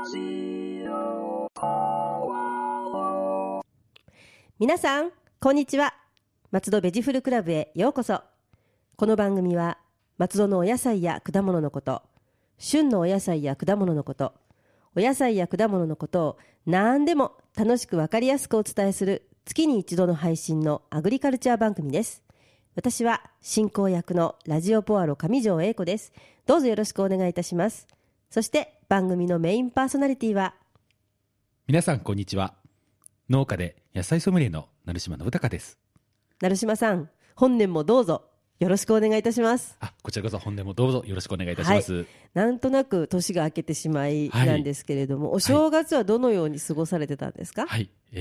皆さんこんにちは。松戸ベジフルクラブへようこそ。この番組は松戸のお野菜や果物のこと、旬のお野菜や果物のこと、お野菜や果物のことを何でも楽しく分かりやすくお伝えする月に一度の配信のアグリカルチャー番組です。私は進行役のラジオポアロ上条英子です。どうぞよろしくお願いいたします。そして番組のメインパーソナリティは、 皆さんこんにちは。農家で野菜ソムリエの成島信孝です。 成島さん、本年もどうぞよろしくお願いいたします。 こちらこそ本年もどうぞよろしくお願いいたします。 なんとなく年が明けてしまいなんですけれども、お正月はどのように過ごされてたんですか？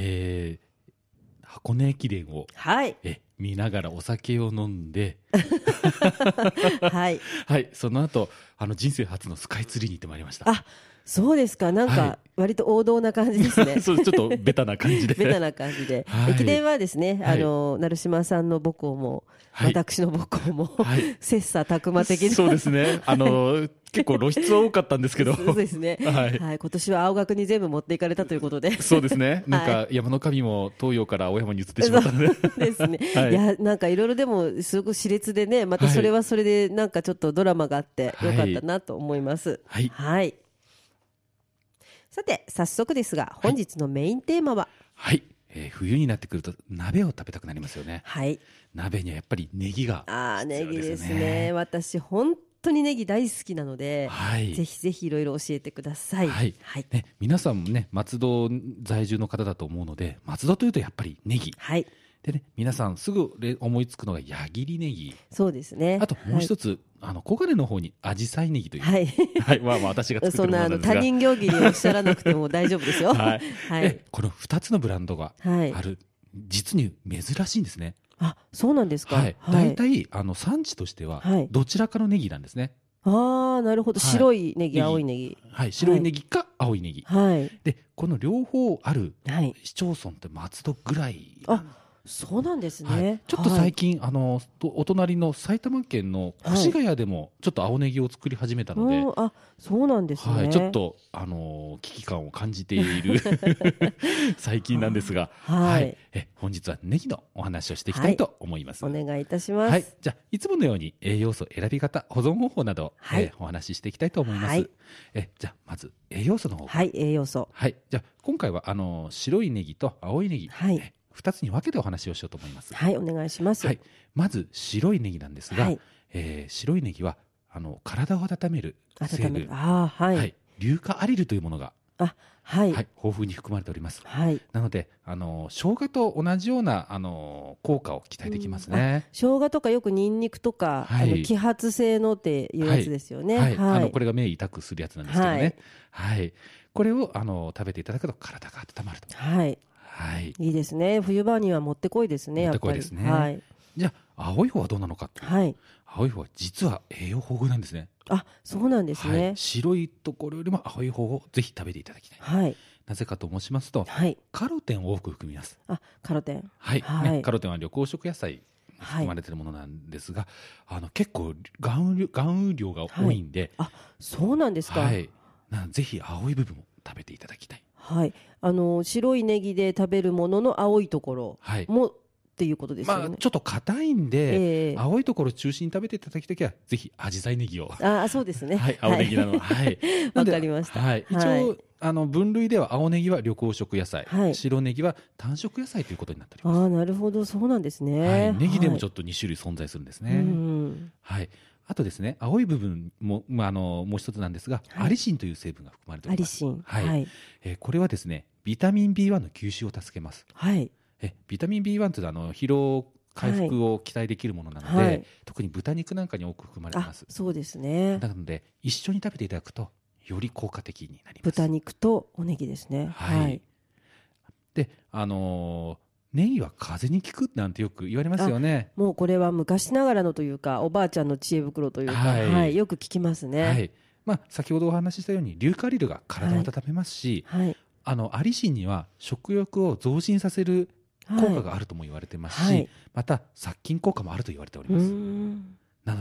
箱根駅伝を、見ながらお酒を飲んでその後人生初のスカイツリーに行ってまいりました。 そうですか。なんか割と王道な感じですね。 そうちょっとベタな感じでベタな感じで、駅伝はですね、成島さんの母校も、私の母校も、切磋琢磨的なそうですね。結構露出は多かったんですけどそうですね、今年は青学に全部持っていかれたということでそうですね。なんか山の神も東洋から青山に移ってしまったのでそうですね、いやなんかいろいろでもすごく熾烈でね、またそれはそれでなんかちょっとドラマがあってよかったなと思います。さて早速ですが、本日のメインテーマは、 冬になってくると鍋を食べたくなりますよね。鍋にはやっぱりネギが必要ですね。 ネギですね。私本当にネギ大好きなので、ぜひぜひいろいろ教えてください。 皆さんもね、松戸在住の方だと思うので、松戸というとやっぱりネギ、でね、皆さんすぐ思いつくのが矢切ネギ。 そうですね。 あともう一つ、小金の方にアジサイネギという、私が作ってるものなんですが、 そんな他人行儀におっしゃらなくても大丈夫ですよ。 この2つのブランドがある、実に珍しいんですね。 そうなんですか。 大体産地としてはどちらかのネギなんですね。 なるほど。白いネギ、青いネギ。 白いネギか青いネギ。で、この両方ある市町村って松戸ぐらい。 そうなんですね。 ちょっと最近お隣の埼玉県の越谷でもちょっと青ネギを作り始めたので、 そうなんですね。 ちょっと危機感を感じている最近なんですが、本日はネギのお話をしていきたいと思います。 お願いいたします。 じゃあいつものように栄養素選び方、保存方法などお話ししていきたいと思います。じゃあまず栄養素の方。 栄養素。 じゃあ今回は白いネギと青いネギ、2つに分けてお話をしようと思います。 お願いします。 まず白いネギなんですが、白いネギは体を温める成分、硫化アリルというものが豊富に含まれております。なので生姜と同じような効果を期待できますね。 生姜とかよくニンニクとか、揮発性のっていうやつですよね。 これが目痛くするやつなんですけどね。これを食べていただくと体が温まると。 いいですね。冬場にはもってこいですね。 もってこいですね。じゃあ青い方はどうなのか。青い方は実は栄養豊富なんですね。 そうなんですね。 白いところよりも青い方をぜひ食べていただきたい。なぜかと申しますと、カロテンを多く含みます。 カロテン。 カロテンは緑黄色野菜に含まれているものなんですが、結構含有量が多いんで。 そうなんですか。 ぜひ青い部分を食べていただきたい。 白いネギで食べるものの青いところもっていうことですよね。 ちょっと硬いんで、青いところを中心に食べていただきたきゃぜひアジサイネギを。 そうですね。 青ネギなの。わかりました。 一応分類では青ネギは緑黄色野菜、白ネギは単色野菜ということになっております。 なるほど、そうなんですね。 ネギでもちょっと2種類存在するんですね。あとですね、青い部分ももう一つなんですが、アリシンという成分が含まれております。これはですね、ビタミン B1 の吸収を助けます。ビタミン B1 というのは疲労回復を期待できるものなので、特に豚肉なんかに多く含まれています。 そうですね。 なので一緒に食べていただくとより効果的になります。 豚肉とおネギですね。 で、ネギは風邪に効くなんてよく言われますよね。 もうこれは昔ながらのというか、おばあちゃんの知恵袋というか、よく聞きますね。 先ほどお話ししたように硫化アリルが体を温めますし、アリシンには食欲を増進させる効果があるとも言われてますし、また殺菌効果もあると言われております。なので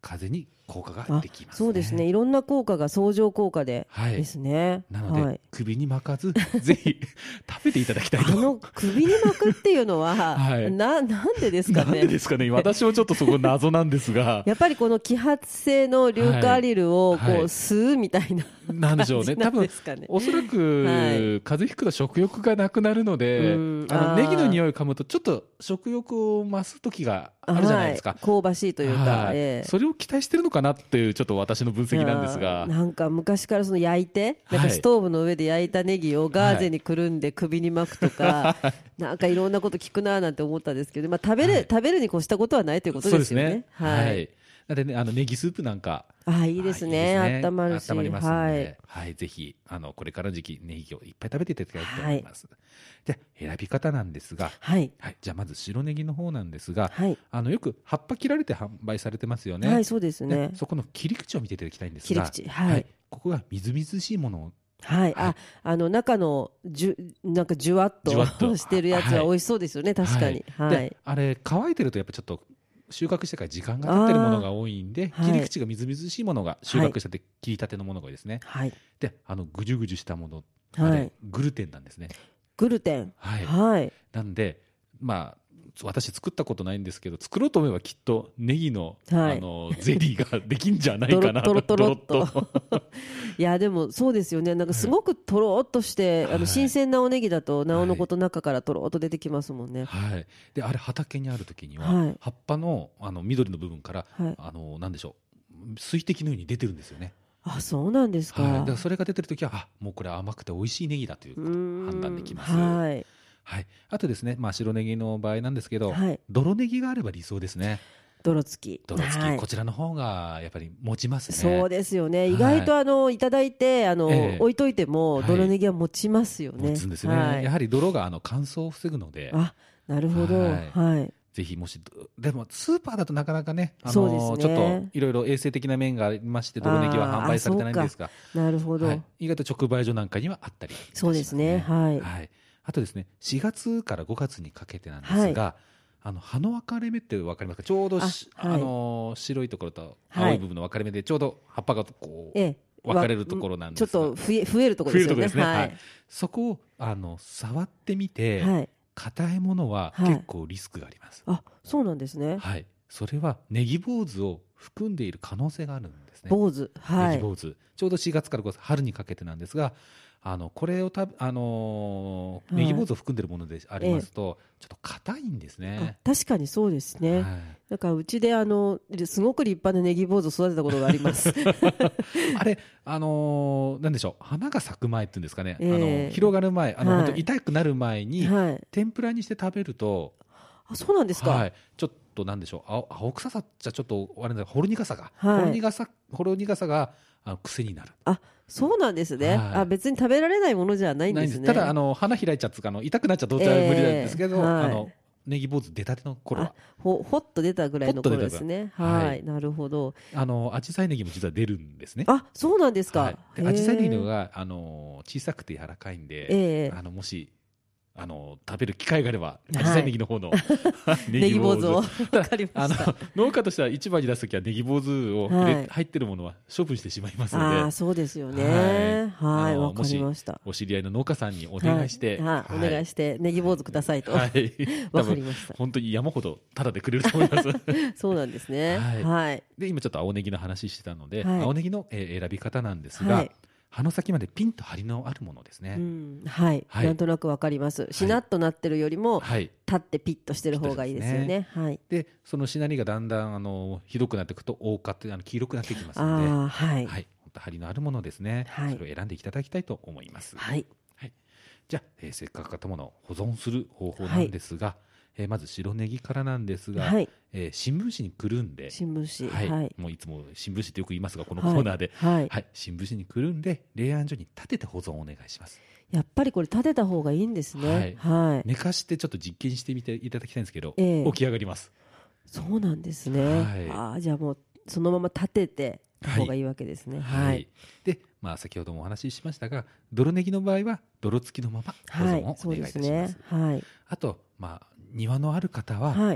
風邪に効果ができますね。 そうですね。いろんな効果が相乗効果でですね。 なので、首に巻かずぜひ食べていただきたいと。 首に巻くっていうのは、なんでですかね。 なんでですかね。私もちょっとそこ謎なんですが。 やっぱりこの揮発性の硫化アリルをこう吸うみたいななんでしょうね。多分おそらく風邪ひくと食欲がなくなるので、ネギの匂いを噛むとちょっと食欲を増す時があるじゃないですか。 香ばしいというか、 それを期待してるのかなっていうちょっと私の分析なんですが、 なんか昔からその焼いて、なんかストーブの上で焼いたネギをガーゼにくるんで首に巻くとか、なんかいろんなこと聞くななんて思ったんですけど、食べるに越したことはないということですよね。 はい。なのでネギスープなんか、 いいですね。温まるし、 温まりますので、ぜひこれからの時期ネギをいっぱい食べていただきたいと思います。で、選び方なんですが、じゃあまず白ネギの方なんですが、よく葉っぱ切られて販売されてますよね。 はい、そうですね。 そこの切り口を見ていただきたいんですが、ここがみずみずしいものを、 中のなんかじゅわっとしてるやつは美味しそうですよね。確かに。 で、あれ乾いてるとやっぱちょっと収穫してから時間が経ってるものが多いんで、切り口がみずみずしいものが収穫したて切りたてのものが多いですね。で、ぐじゅぐじゅしたもの、グルテンなんですね。 グルテン。 なんで、私作ったことないんですけど、作ろうと思えばきっとネギの、ゼリーができんじゃないかなとろっといやでもそうですよね。なんかすごくとろっとして、新鮮なおネギだとなおのこと中からとろっと出てきますもんね。 で、あれ畑にある時には、葉っぱの緑の部分から、なんでしょう、水滴のように出てるんですよね。 そうなんですか。 だからそれが出てる時はもうこれ甘くて美味しいネギだということ判断できます。あとですね、白ネギの場合なんですけど、泥ネギがあれば理想ですね。 泥付き、 こちらの方がやっぱり持ちますね。 そうですよね。意外といただいて置いといても泥ネギは持ちますよね。 持つんですね。やはり泥が乾燥を防ぐので。 なるほど。 ぜひでもスーパーだとなかなかね、ちょっといろいろ衛生的な面がありまして泥ネギは販売されてないんですが、 なるほど。 意外と直売所なんかにはあったりしますね。 そうですね。 あとですね、4月から5月にかけてなんですが、葉の分かれ目って分かりますか？ちょうど白いところと青い部分の分かれ目でちょうど葉っぱがこう分かれるところなんですが、 ちょっと増えるところですよね。 そこを触ってみて、硬いものは結構リスクがあります。 そうなんですね。 それはネギ坊主を含んでいる可能性があるんですね。 坊主、 ネギ坊主、ちょうど4月から5月春にかけてなんですが、これをネギ坊主を含んでいるものでありますと、ちょっと硬いんですね。 確かにそうですね。だからうちですごく立派なネギ坊主を育てたことがあります。 あれなんでしょう、花が咲く前っていうんですかね、広がる前、本当痛くなる前に、天ぷらにして食べると、 そうなんですか。 ちょっとなんでしょう、青臭さじゃちょっとあれだ、ほろ苦さが癖になる。 そうなんですね。別に食べられないものじゃないんですね。 ただ花開いちゃって痛くなっちゃうと無理なんですけど、ネギ坊主出たての頃はほっと出たぐらいの頃ですね。なるほど。 アジサイネギも実は出るんですね。 そうなんですか。 アジサイネギの方が小さくて柔らかいんで、もし食べる機会があればアジサイネギの方のネギ坊主を分かりました。 農家としては市場に出すときはネギ坊主を入ってるものは処分してしまいますので、 そうですよね。わかりました。 お知り合いの農家さんにお願いしてネギ坊主くださいと。わかりました。 本当に山ほどタダでくれると思います。 そうなんですね。 で今ちょっと青ネギの話してたので、青ネギの選び方なんですが、葉の先までピンと張りのあるものですね。 なんとなくわかります。しなっとなってるよりも立ってピッとしてる方がいいですよね。 でそのしなりがだんだんひどくなっていくと黄化って黄色くなってきますので、本当張りのあるものですね。それを選んでいただきたいと思います。じゃあせっかく買ったものを保存する方法なんですが、まず白ネギからなんですが、新聞紙にくるんで、もういつも新聞紙ってよく言いますがこのコーナーで、新聞紙にくるんで冷暗所に立てて保存をお願いします。 やっぱりこれ立てた方がいいんですね。 寝かしてちょっと実験してみていただきたいんですけど、起き上がります。 そうなんですね。じゃあもうそのまま立てて方がいいわけですね。 で、先ほどもお話ししましたが、泥ネギの場合は泥付きのまま保存をお願いいたします。あと庭のある方は、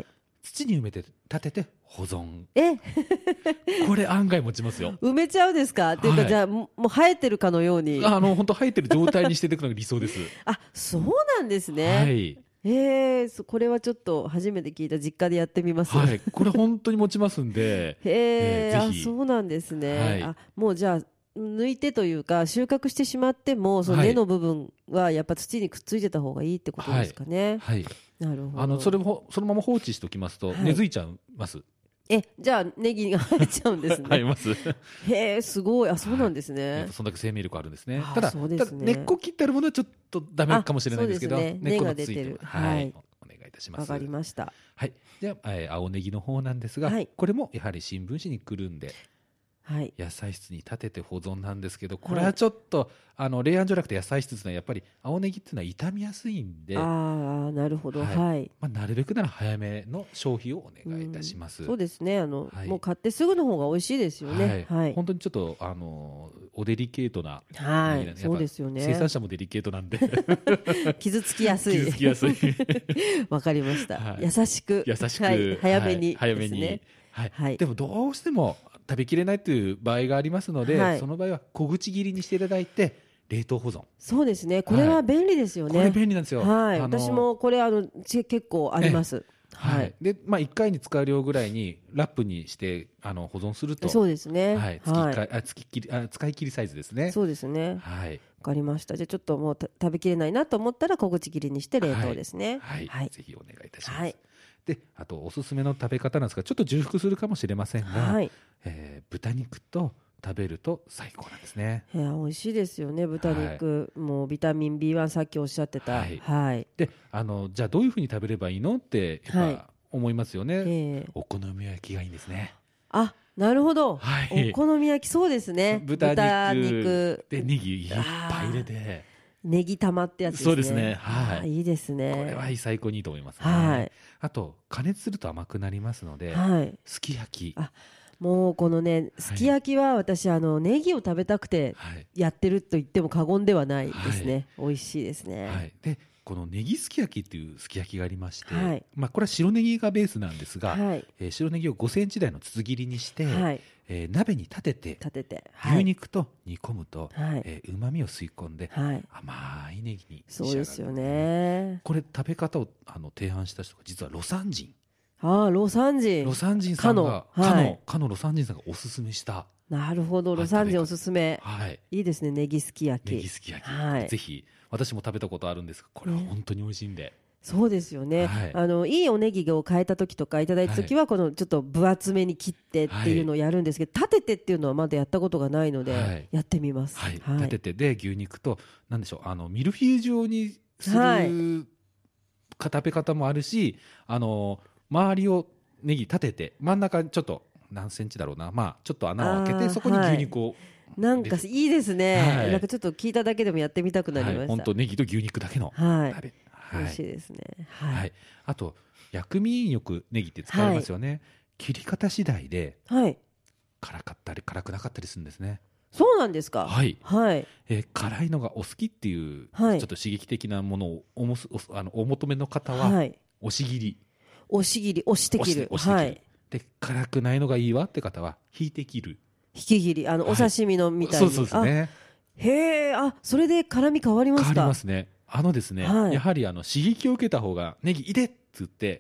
土に埋めて立てて保存。 えこれ案外持ちますよ。 埋めちゃうんですか、っていうか、じゃあもう生えてるかのように。 本当生えてる状態にしていくのが理想です。 あ、そうなんですね。 はい。 これはちょっと初めて聞いた、実家でやってみます。 はい、これ本当に持ちますんで。 ぜひ。そうなんですね。はい、もうじゃあ抜いてというか収穫してしまっても、その根の部分はやっぱ土にくっついてた方がいいってことですかね。 はい、はい、 なるほど。 そのまま放置しておきますと根付いちゃいます。 じゃあネギが生えちゃうんですね。 生えます。 すごい。そうなんですね。 そんだけ生命力あるんですね。ただ根っこ切ってあるものはちょっとダメかもしれないですけど、 根が出てる。 はい、お願いいたします。 わかりました。 はい。じゃあ、青ネギの方なんですが、これもやはり新聞紙にくるんで、野菜室に立てて保存なんですけど、これはちょっと、冷暗所なくて野菜室というのはやっぱり青ネギっていうのは傷みやすいんで、 なるほど。はい。 なるべくなら早めの消費をお願いいたします。 そうですね。もう買ってすぐの方が美味しいですよね。 はい。本当にちょっとおデリケートな、 そうですよね。 生産者もデリケートなんで傷つきやすい。 傷つきやすい。 わかりました。優しく早めにですね。 はい。でもどうしても食べきれないという場合がありますので、その場合は小口切りにしていただいて冷凍保存。 そうですね。これは便利ですよね。 これ便利なんですよ。 はい。私もこれ結構あります。 はい。で、1回に使う量ぐらいにラップにして保存すると。 そうですね。 はい。使い切りサイズですね。 そうですね。 はい。 わかりました。じゃあちょっともう食べきれないなと思ったら小口切りにして冷凍ですね。 はい。ぜひお願いいたします。で、あとおすすめの食べ方なんですが、ちょっと重複するかもしれませんが、豚肉と食べると最高なんですね。 美味しいですよね、豚肉。もうビタミン B1 さっきおっしゃってた。はい。 で、じゃあどういうふうに食べればいいのってやっぱ思いますよね。お好み焼きがいいんですね。 なるほど。お好み焼き、そうですね。 豚肉でネギいっぱい入れて。 ネギ玉ってやつですね。 そうですね。はい。 いいですね。 これは最高にいいと思いますね。はい。あと加熱すると甘くなりますので、すき焼き。 もうこのね、すき焼きは私ネギを食べたくてやってると言っても過言ではないですね。美味しいですね。 はい。で、このネギすき焼きっていうすき焼きがありまして、これは白ネギがベースなんですが、白ネギを5センチ大の筒切りにして、鍋に立てて牛肉と煮込むとうまみを吸い込んで甘いネギに仕上がる。 そうですよね。 これ食べ方を提案した人が実は魯山人。 魯山人さんがかの魯山人さんがおすすめした。 なるほど。魯山人おすすめ。いいですね。ネギすき焼き。 ネギすき焼き。ぜひ私も食べたことあるんですが、これは本当に美味しいんで。 そうですよね。いいおネギを変えた時とかいただいた時はこのちょっと分厚めに切ってっていうのをやるんですけど、立ててっていうのはまだやったことがないのでやってみます。 立ててで牛肉となんでしょう、ミルフィーユ状にする食べ方もあるし、周りをネギ立てて真ん中ちょっと何センチだろうな、ちょっと穴を開けてそこに牛肉をなんかいいですね。なんかちょっと聞いただけでもやってみたくなりました。 本当ネギと牛肉だけの鍋。美味しいですね。 あと薬味によくネギって使いますよね。切り方次第で辛かったり辛くなかったりするんですね。 そうなんですか。 辛いのがお好きっていうちょっと刺激的なものをお求めの方は押し切り。押して切る。 で辛くないのがいいわって方は引いて切る。 引き切り、お刺身のみたいに。 そうですね。 へえ、それで辛み変わりますか。 変わりますね。ですね、やはり刺激を受けた方がネギ入れって言って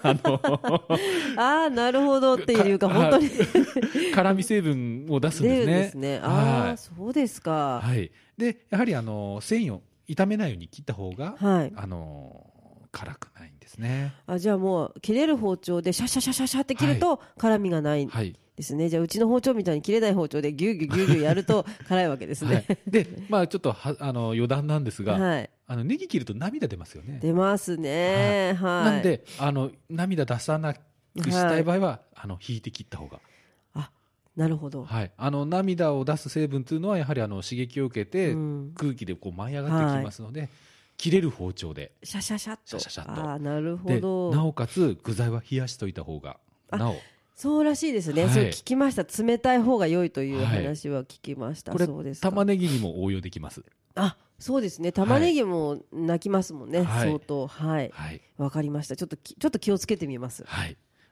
なるほどっていうか本当に辛み成分を出すんですね。 そうですか。 でやはり繊維を傷めないように切った方が辛くないんですね。 じゃあもう切れる包丁でシャシャシャシャシャって切ると辛みがないですね。じゃあうちの包丁みたいに切れない包丁でギュギュギュギュやると辛いわけですね。 でちょっと余談なんですが、ネギ切ると涙出ますよね。 出ますね。 なんで涙出さなくしたい場合は引いて切った方が。 なるほど。 涙を出す成分というのはやはり刺激を受けて空気でこう舞い上がってきますので、切れる包丁でシャシャシャッと。 シャシャシャッと。 なるほど。 なおかつ具材は冷やしといた方がなお。 そうらしいですね。それ聞きました。冷たい方が良いという話は聞きました。 これ玉ねぎにも応用できます。 そうですね。玉ねぎも泣きますもんね。相当。わかりました。ちょっと気をつけてみます。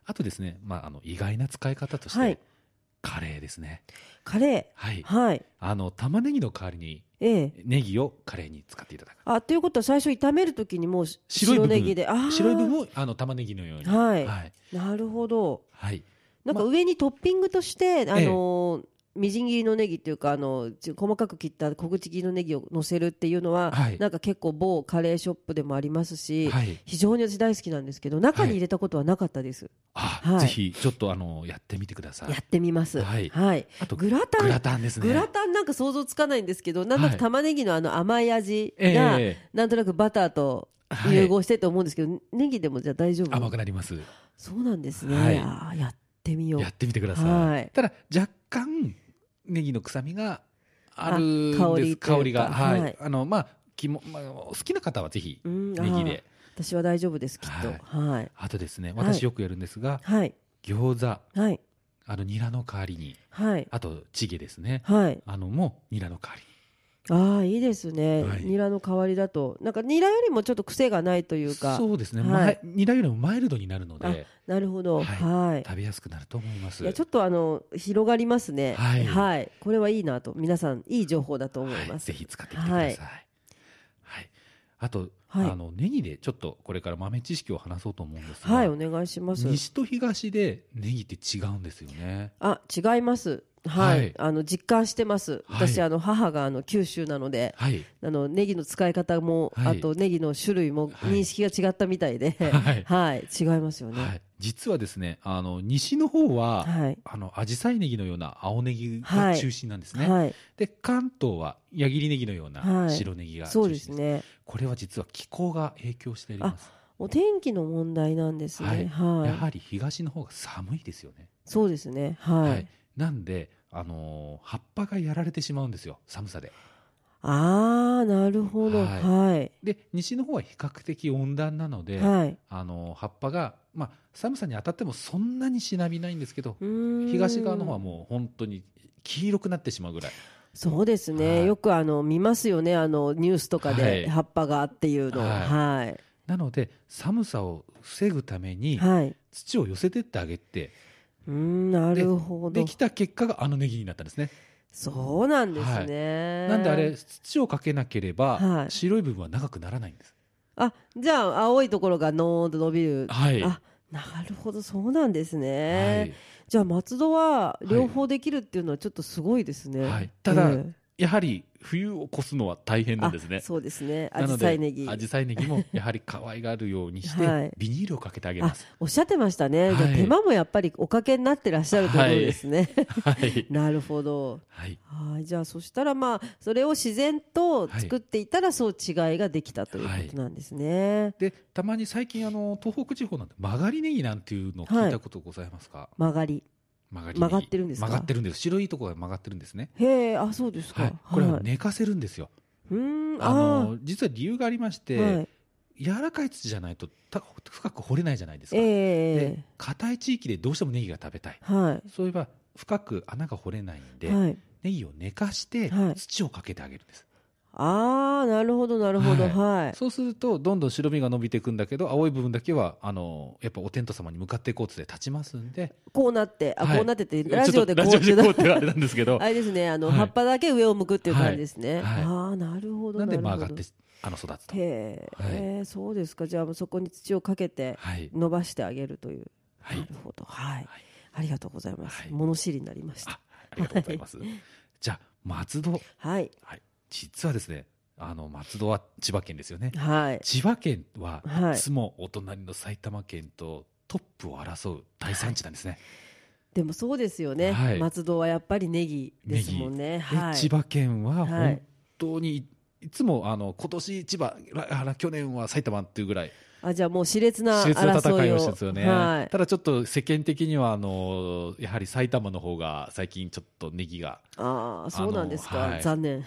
あとですね、意外な使い方として、はい、カレーですね。 カレー、 はい、 はい、 玉ねぎの代わりに、ネギをカレーに使っていただく。 ということは最初炒めるときにもう白ネギで、 白い部分を玉ねぎのように、 はいはい、なるほど、 はい、 なんか上にトッピングとしてみじん切りのネギっていうか細かく切った小口切りのネギを乗せるっていうのは、はい、なんか結構某カレーショップでもありますし、はい、非常に私大好きなんですけど中に入れたことはなかったです、 はい、ぜひちょっとやってみてください。 やってみます。はい、はい、あとグラタンですね。グラタンなんか想像つかないんですけど、なんとなく玉ねぎの甘い味が、なんとなくバターと融合してと思うんですけど、ネギでもじゃあ大丈夫？ 甘くなります。 そうなんですね。やってみよう。 やってみてください。はい、ただ若干ネギの臭みがあるんです。香りが、はい、好きな方はぜひネギで。 私は大丈夫ですきっと。はい。 あとですね、私よくやるんですが、はい、餃子、はい、ニラの代わりに、はい、あとチゲですね、はい、もうニラの代わりに。 いいですね、はい、ニラの代わりだとなんかニラよりもちょっと癖がないというか。 そうですね、はい、ニラよりもマイルドになるので。 なるほど、はい、 食べやすくなると思います。 いやちょっと広がりますね。はい、はい、これはいいなと、皆さんいい情報だと思います。 ぜひ使ってみてください。はい、はい、あと、ネギでちょっとこれから豆知識を話そうと思うんですが、 はい、お願いします。 西と東でネギって違うんですよね。 違います。はい、実感してます。私、母が九州なので、はい、ネギの使い方も、あとネギの種類も認識が違ったみたいで、はい、違いますよね。はい、 実はですね、西の方は、アジサイネギのような青ネギが中心なんですね。はい、で、関東は矢切ネギのような白ネギが中心です。そうですね。これは実は気候が影響しています。 お天気の問題なんですね。 はい、やはり東の方が寒いですよね。 そうですね。はい。 なんで、葉っぱがやられてしまうんですよ、寒さで。 なるほど。はい。 で、西の方は比較的温暖なので、はい、葉っぱが、寒さに当たってもそんなにしなびないんですけど、東側の方はもう本当に黄色くなってしまうぐらい。 そうですね。よく見ますよね、ニュースとかで葉っぱがっていうの。はい。 なので寒さを防ぐために、土を寄せてってあげて。 なるほど。 できた結果がネギになったんですね。 そうなんですね。 なんであれ土をかけなければ、白い部分は長くならないんです。 じゃあ青いところがノーンと伸びる。 はい。 なるほど、そうなんですね。はい、じゃあ松戸は両方できるっていうのはちょっとすごいですね。 はい、ただ、やはり冬を越すのは大変なんですね。 そうですね。アジサイネギ。 アジサイネギもやはり可愛がるようにして、ビニールをかけてあげます。 おっしゃってましたね。手間もやっぱりおかけになってらっしゃるということですね。なるほど。はい。じゃあそしたらそれを自然と作っていたらそう違いができたということなんですね。 で、たまに最近東北地方なんて曲がりネギなんていうのを聞いたことございますか？ 曲がり。曲がってるんですか？ 曲がってるんです。白いところが曲がってるんですね。 へえ、そうですか。 これは寝かせるんですよ。実は理由がありまして、柔らかい土じゃないと深く掘れないじゃないですか。で、硬い地域でどうしてもネギが食べたい。そういえば深く穴が掘れないんで、ネギを寝かして土をかけてあげるんです。 なるほどなるほど。 そうするとどんどん白身が伸びていくんだけど、青い部分だけはやっぱお天道様に向かっていこうとで立ちますんで、 こうなってこうなってってラジオでこうってあれなんですけど、 あれですね、葉っぱだけ上を向くっていう感じですね。なるほど。 なんで曲がって育つと。 そうですか。じゃあそこに土をかけて伸ばしてあげるという。なるほど。ありがとうございます。物知りになりました。 ありがとうございます。じゃあ松戸。実はですね、松戸は千葉県ですよね。千葉県はいつもお隣の埼玉県とトップを争う大産地なんですね。 でもそうですよね。松戸はやっぱりネギですもんね。 千葉県は本当にいつも今年千葉、去年は埼玉っていうぐらい。 じゃあもう熾烈な戦いをしてですよね。ただちょっと世間的にはやはり埼玉の方が最近ちょっとネギがそうなんですか。残念。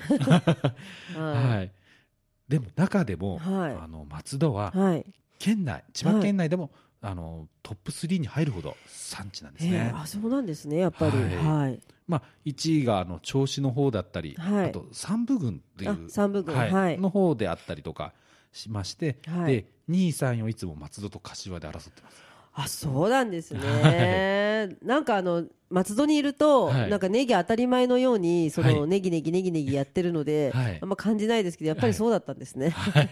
でも中でも松戸は県内、千葉県内でもトップ3に入るほど産地なんですね。 そうなんですね、やっぱり。 1位が銚子の方だったり、あと三部郡っていうの方であったりとかしまして、で2位3位をいつも松戸と柏で争ってます。 そうなんですね。なんか松戸にいると、なんかネギ当たり前のようにそのネギネギネギネギやってるので、あんま感じないですけど、やっぱりそうだったんですね。はい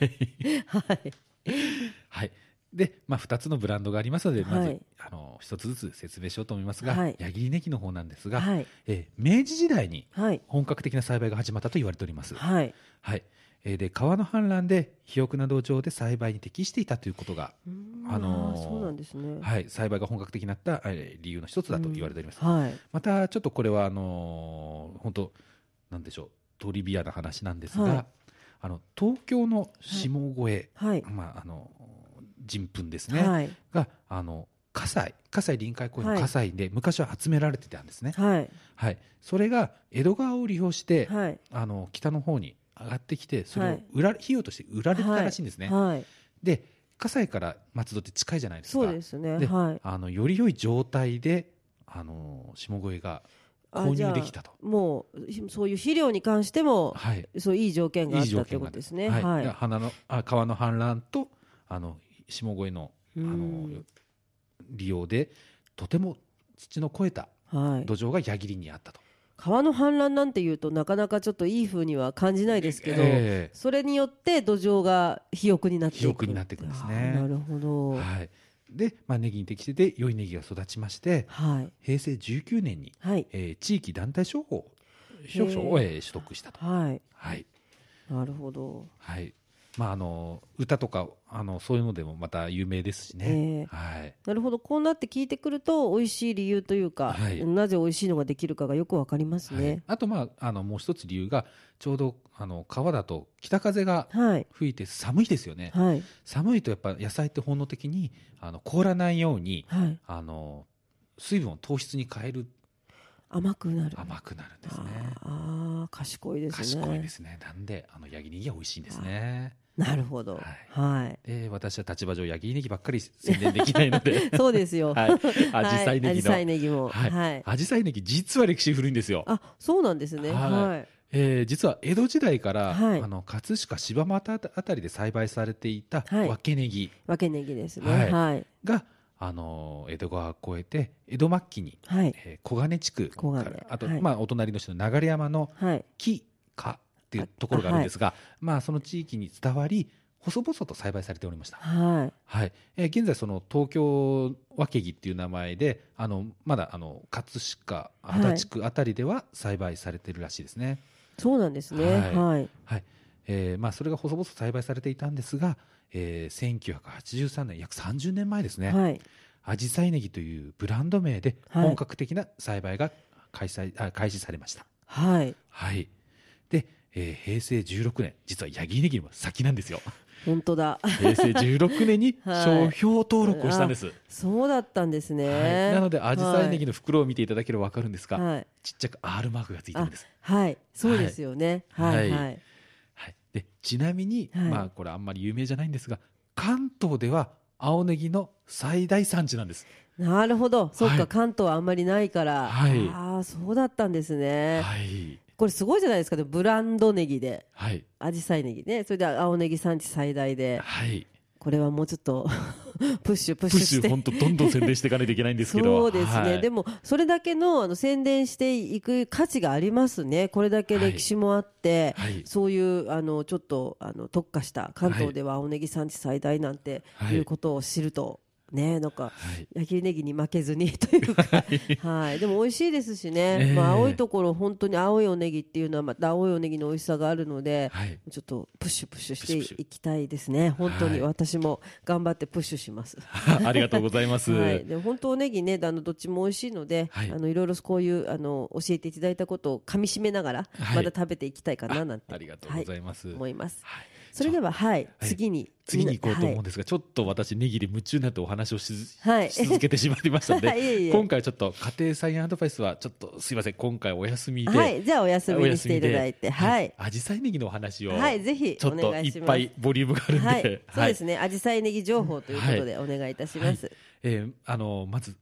はい。で、2つのブランドがありますので、まず1つずつ説明しようと思いますが、矢切ネギの方なんですが、明治時代に本格的な栽培が始まったと言われております。で、川の氾濫で肥沃な土壌で栽培に適していたということが、 そうなんですね。 栽培が本格的になった理由の一つだと言われております。またちょっとこれは本当なんでしょう、トリビアな話なんですが、東京の下越、人糞ですね、が葛西臨海公園の葛西で昔は集められてたんですね。それが江戸川を利用して、北の方に上がってきて、それを費用として売られてたらしいんですね。で、葛西から松戸って近いじゃないですか。 そうですね。 より良い状態で下越が購入できたと。 もうそういう肥料に関しても、そういい条件があったということですね。 川の氾濫と下越の利用でとても土の肥えた土壌が矢切にあったと。 川の氾濫なんていうとなかなかちょっといい風には感じないですけど、それによって土壌が肥沃になっていく。 肥沃になっていくんですね。 なるほど。 で、ネギに適して良いネギが育ちまして、平成19年に、地域団体商法を取得したと。なるほど。 歌とかそういうのでもまた有名ですしね。 なるほど。こうなって聞いてくると美味しい理由というか、なぜ美味しいのができるかがよくわかりますね。 あともう一つ理由が、ちょうど川だと北風が吹いて寒いですよね。寒いとやっぱ野菜って本能的に凍らないように、水分を糖質に変える。 甘くなるんですね。 賢いですね。 賢いですね。なんで矢切ネギは美味しいんですね。 なるほど。 で、私は立場上矢切ネギばっかり宣伝できないのでそうですよ。 アジサイネギもアジサイネギ実は歴史古いんですよ。 そうなんですね。 実は江戸時代から、葛飾柴又あたりで栽培されていた分けネギですね。 が江戸川を越えて江戸末期に小金地区から、あとお隣の人の流山の木かっていうところがあるんですが、その地域に伝わり細々と栽培されておりました。現在その東京分け木っていう名前でまだ葛飾足立区あたりでは栽培されているらしいですね。 そうなんですね。 それが細々栽培されていたんですが、1983年約30年前ですね、アジサイネギというブランド名で本格的な栽培が開始されました。で、平成16年、実は矢切ネギの先なんですよ。 本当だ。 平成16年に商標登録をしたんです。 そうだったんですね。 なのでアジサイネギの袋を見ていただければ分かるんですが、ちっちゃく R マークがついてるんです。 そうですよね。 で、ちなみに、これあんまり有名じゃないんですが、関東では青ネギの最大産地なんです。 なるほど。そっか、関東はあんまりないから。そうだったんですね。これすごいじゃないですか。ブランドネギで、アジサイネギね、それで青ネギ産地最大で、これはもうちょっとプッシュして本当どんどん宣伝していかないといけないんですけどそうですね、でもそれだけの宣伝していく価値がありますね。これだけ歴史もあって、そういうちょっと特化した関東では青ネギ産地最大なんていうことを知るとね、なんか矢切ネギに負けずにというか、でも美味しいですしね、青いところ本当に青いおネギっていうのはまた青いおネギの美味しさがあるので、ちょっとプッシュしていきたいですね。本当に私も頑張ってプッシュしますありがとうございます。 で本当おネギね、どっちも美味しいので、いろいろこういう教えていただいたことをかみしめながらまた食べていきたいかななんて、 ありがとうございます、 思います。それでは次に行こうと思うんですが、ちょっと私ネギで夢中になってお話をし続けてしまいましたので今回ちょっと家庭菜園アドバイスはちょっとすいません、今回お休みで、 じゃあお休みにしていただいて、 アジサイネギのお話をぜひちょっといっぱいボリュームがあるんで、 そうですね、アジサイネギ情報ということでお願いいたします。 まず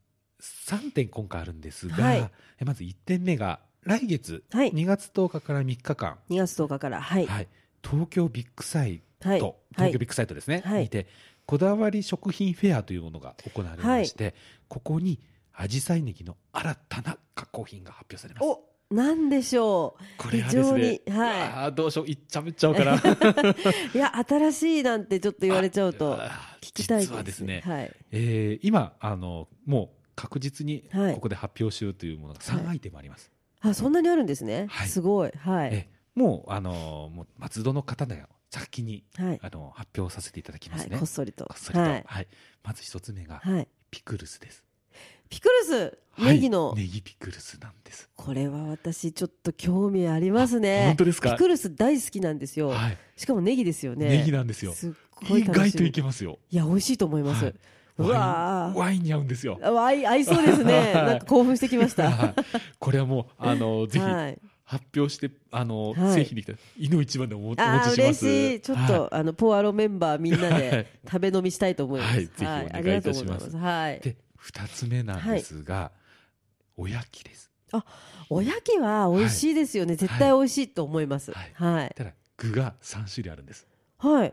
3点今回あるんですが、まず1点目が来月2月10日から3日間、 2月10日から東京ビッグサイト、東京ビッグサイトですね、にてこだわり食品フェアというものが行われまして、ここにアジサイネギの新たな加工品が発表されます。 お、なんでしょう。 これはですね、はい、どうしよう、いっちゃうからいや、新しいなんてちょっと言われちゃうと聞きたいです。 実はですね、 はい、 今もう確実にここで発表しようというものが3アイテムあります。 そんなにあるんですね。はい、すごい。はい。 もう松戸の方だよ。先に、発表させていただきますね。 こっそりと。 はい。まず一つ目が、ピクルスです。 ピクルス、ネギの、 ネギピクルスなんです。 これは私ちょっと興味ありますね。 本当ですか？ ピクルス大好きなんですよ。しかもネギですよね。 ネギなんですよ。 すっごい楽しみ。 意外といけますよ。 いや、美味しいと思います。 ワインに合うんですよ。 合いそうですね。なんか興奮してきました。 これはもうぜひ発表して製品できたらいの一番でお持ちします。 嬉しい。ちょっとポアロメンバーみんなで食べ飲みしたいと思います。 ぜひお願いいたします。で、2つ目なんですが、おやきです。 おやきは美味しいですよね。絶対美味しいと思います。はい。 ただ具が3種類あるんです。 はい。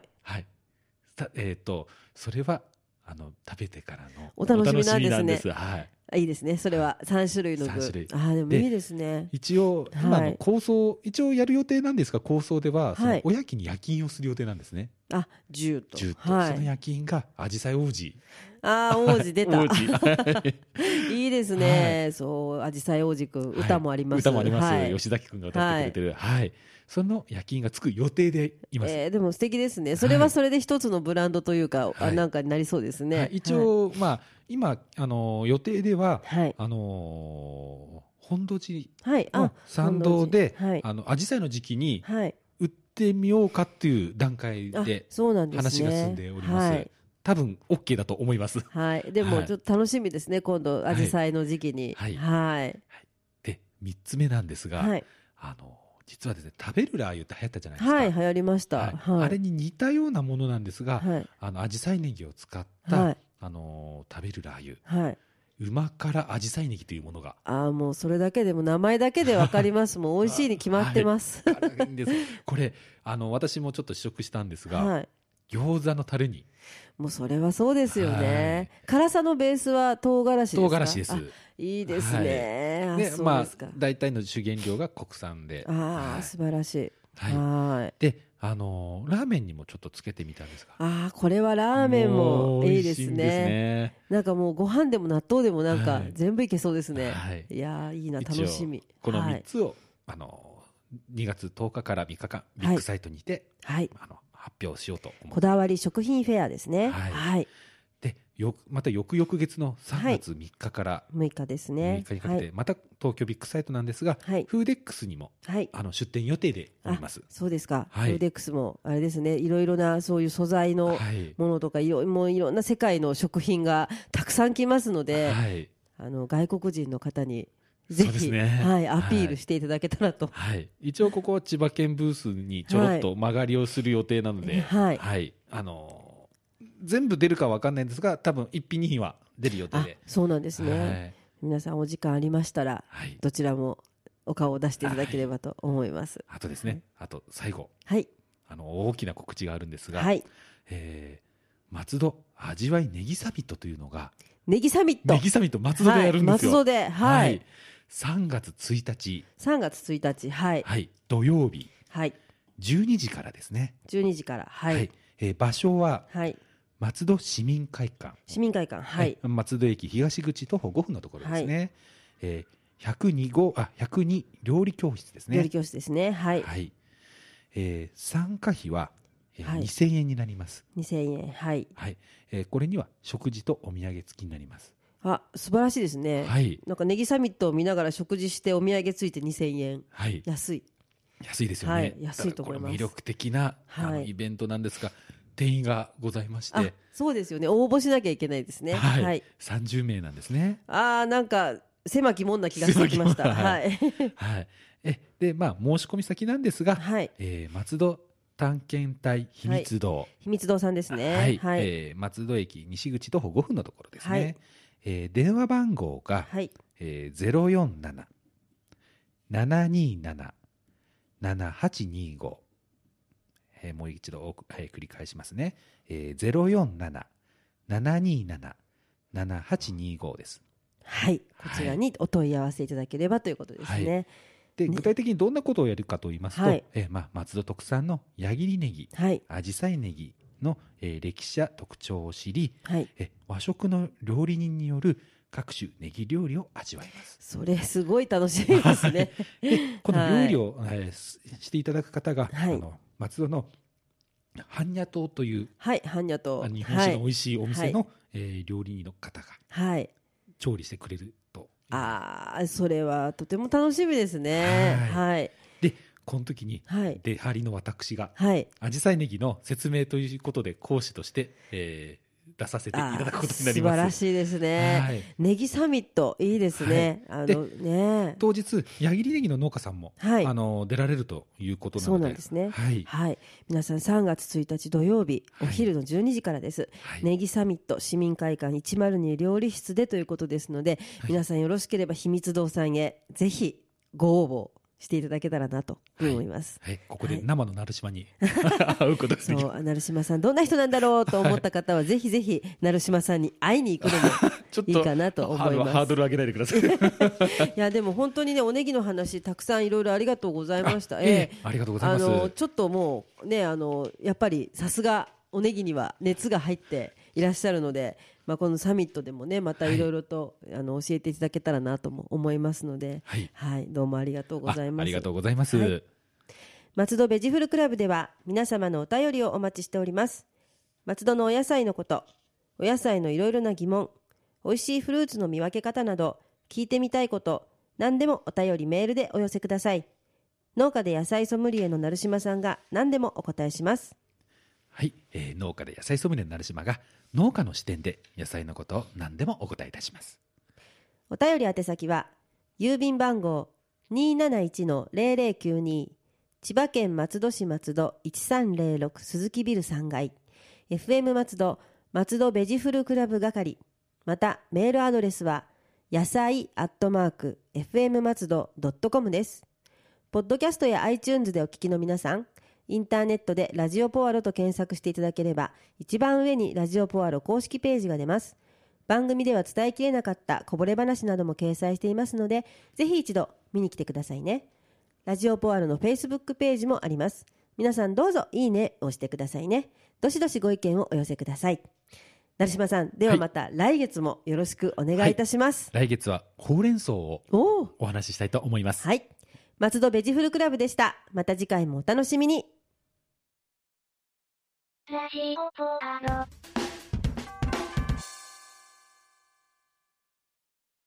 それは食べてからのお楽しみなんですね。 はい。 いいですね。それは3種類の具。3種類。でもいいですね。 一応今の構想、一応やる予定なんですが、構想ではそのおやきに夜勤をする予定なんですね。 10と。 その夜勤がアジサイ王子。 王子出た。いいですね。そう、アジサイ王子くん、歌もあります。 歌もあります。吉崎くんが歌ってくれてる。はい。その夜勤がつく予定でいます。 でも素敵ですね。それはそれで一つのブランドというか、なんかになりそうですね。 一応、今予定では、本土寺の参道でアジサイの時期に売ってみようかっていう段階で話が進んでおります。多分 OK だと思います。 でもちょっと楽しみですね。今度アジサイの時期に。 で、3つ目なんですが、実はですね、食べるラー油って流行ったじゃないですか。 流行りました。 あれに似たようなものなんですが、アジサイネギを使った食べるラー油。うま辛アジサイネギというものが。 もうそれだけでも名前だけで分かります。もう美味しいに決まってます。 これ私もちょっと試食したんですが、餃子のタレに。 もうそれはそうですよね。辛さのベースは唐辛子ですか？ 唐辛子です。 いいですね。 で、大体の主原料が国産で。 素晴らしい。 で、ラーメンにもちょっとつけてみたんですが。 これはラーメンもいいですね。なんかもうご飯でも納豆でもなんか全部いけそうですね。いや、いいな、楽しみ。 この3つを2月10日から3日間ビッグサイトにて発表しようと思います。 こだわり食品フェアですね。 で、また翌々月の3月3日から 6日ですね。 6日にかけてまた東京ビッグサイトなんですが、フーデックスにも出店予定でおります。 そうですか。フーデックスもあれですね、いろいろなそういう素材のものとかもういろんな世界の食品がたくさん来ますので、外国人の方にぜひ、アピールしていただけたらと。 一応ここは千葉県ブースにちょろっと曲がりをする予定なので、全部出るかは分かんないんですが、多分1品2品は出る予定で。 そうなんですね。皆さんお時間ありましたら、どちらもお顔を出していただければと思います。 あとですね、あと最後、大きな告知があるんですが、松戸味わいネギサミットというのが、 ネギサミット松戸でやるんですよ。 松戸で、 3月1日。 3月1日、 土曜日。12時からですね。 12時から。 場所は、松戸市民会館。松戸駅東口徒歩5分のところですね。102料理教室ですね。 料理教室ですね。 参加費は2000円になります。 2000円。 これには食事とお土産付きになります。 素晴らしいですね。なんかネギサミットを見ながら食事してお土産ついて2000円。安いですよね。 安いと思います。 魅力的なイベントなんですが、定員がございまして。 そうですよね。応募しなきゃいけないですね。 30名なんですね。 なんか狭き門な気がしてきました。 で、申し込み先なんですが、松戸探検隊秘密堂。 秘密堂さんですね。 松戸駅西口徒歩5分のところですね。電話番号が047-727-7825。 もう一度、繰り返しますね。047-727-7825 です。 はい、こちらにお問い合わせいただければということですね。 で具体的にどんなことをやるかと言いますと、松戸特産の矢切ネギ、アジサイネギの、歴史や特徴を知り、和食の料理人による各種ネギ料理を味わいます。 それすごい楽しみですね。 でこの料理を、していただく方が、松戸の般若島という、 般若島日本酒の美味しいお店の、料理人の方が、調理してくれると。 それはとても楽しみですね。 でこの時に出張りの私が、アジサイネギの説明ということで講師として、出させていただくことになります。素晴らしいですね。ネギサミットいいですね。 当日矢切ネギの農家さんも、出られるということなので。 そうなんですね。皆さん3月1日土曜日、お昼の12時からです。ネギサミット市民会館102料理室でということですので、皆さんよろしければ秘密堂さんへぜひご応募していただけたらなと思います。 ここで生の成島に会うことができる。 成島さんどんな人なんだろうと思った方はぜひぜひ成島さんに会いに行くのもいいかなと思います。 ハードル上げないでください。 いやでも本当にね、おネギの話たくさんいろいろありがとうございました。 ありがとうございます。 ちょっともうね、やっぱりさすがおネギには熱が入っていらっしゃるので、このサミットでもね、またいろいろと、教えていただけたらなとも思いますので、どうもありがとうございます。 ありがとうございます。 松戸ベジフルクラブでは皆様のお便りをお待ちしております。松戸のお野菜のこと、お野菜のいろいろな疑問、おいしいフルーツの見分け方など、聞いてみたいこと、何でもお便りメールでお寄せください。農家で野菜ソムリエの成島さんが何でもお答えします。 農家で野菜ソムリエの成島が農家の視点で野菜のことを何でもお答えいたします。 お便り宛先は郵便番号 271-0092 千葉県松戸市松戸1306鈴木ビル3階 FM 松戸松戸ベジフルクラブ係、またメールアドレスは野菜@fm松戸.com です。ポッドキャストや iTunes でお聞きの皆さん、インターネットでラジオポアロと検索していただければ、一番上にラジオポアロ公式ページが出ます。番組では伝えきれなかったこぼれ話なども掲載していますので、ぜひ一度見に来てくださいね。ラジオポアロの Facebook ページもあります。皆さんどうぞいいねを押してくださいね。どしどしご意見をお寄せください。成島さん、ではまた来月もよろしくお願いいたします。 来月はほうれん草をお話ししたいと思います。 松戸ベジフルクラブでした。また次回もお楽しみに。ラジオポアロ。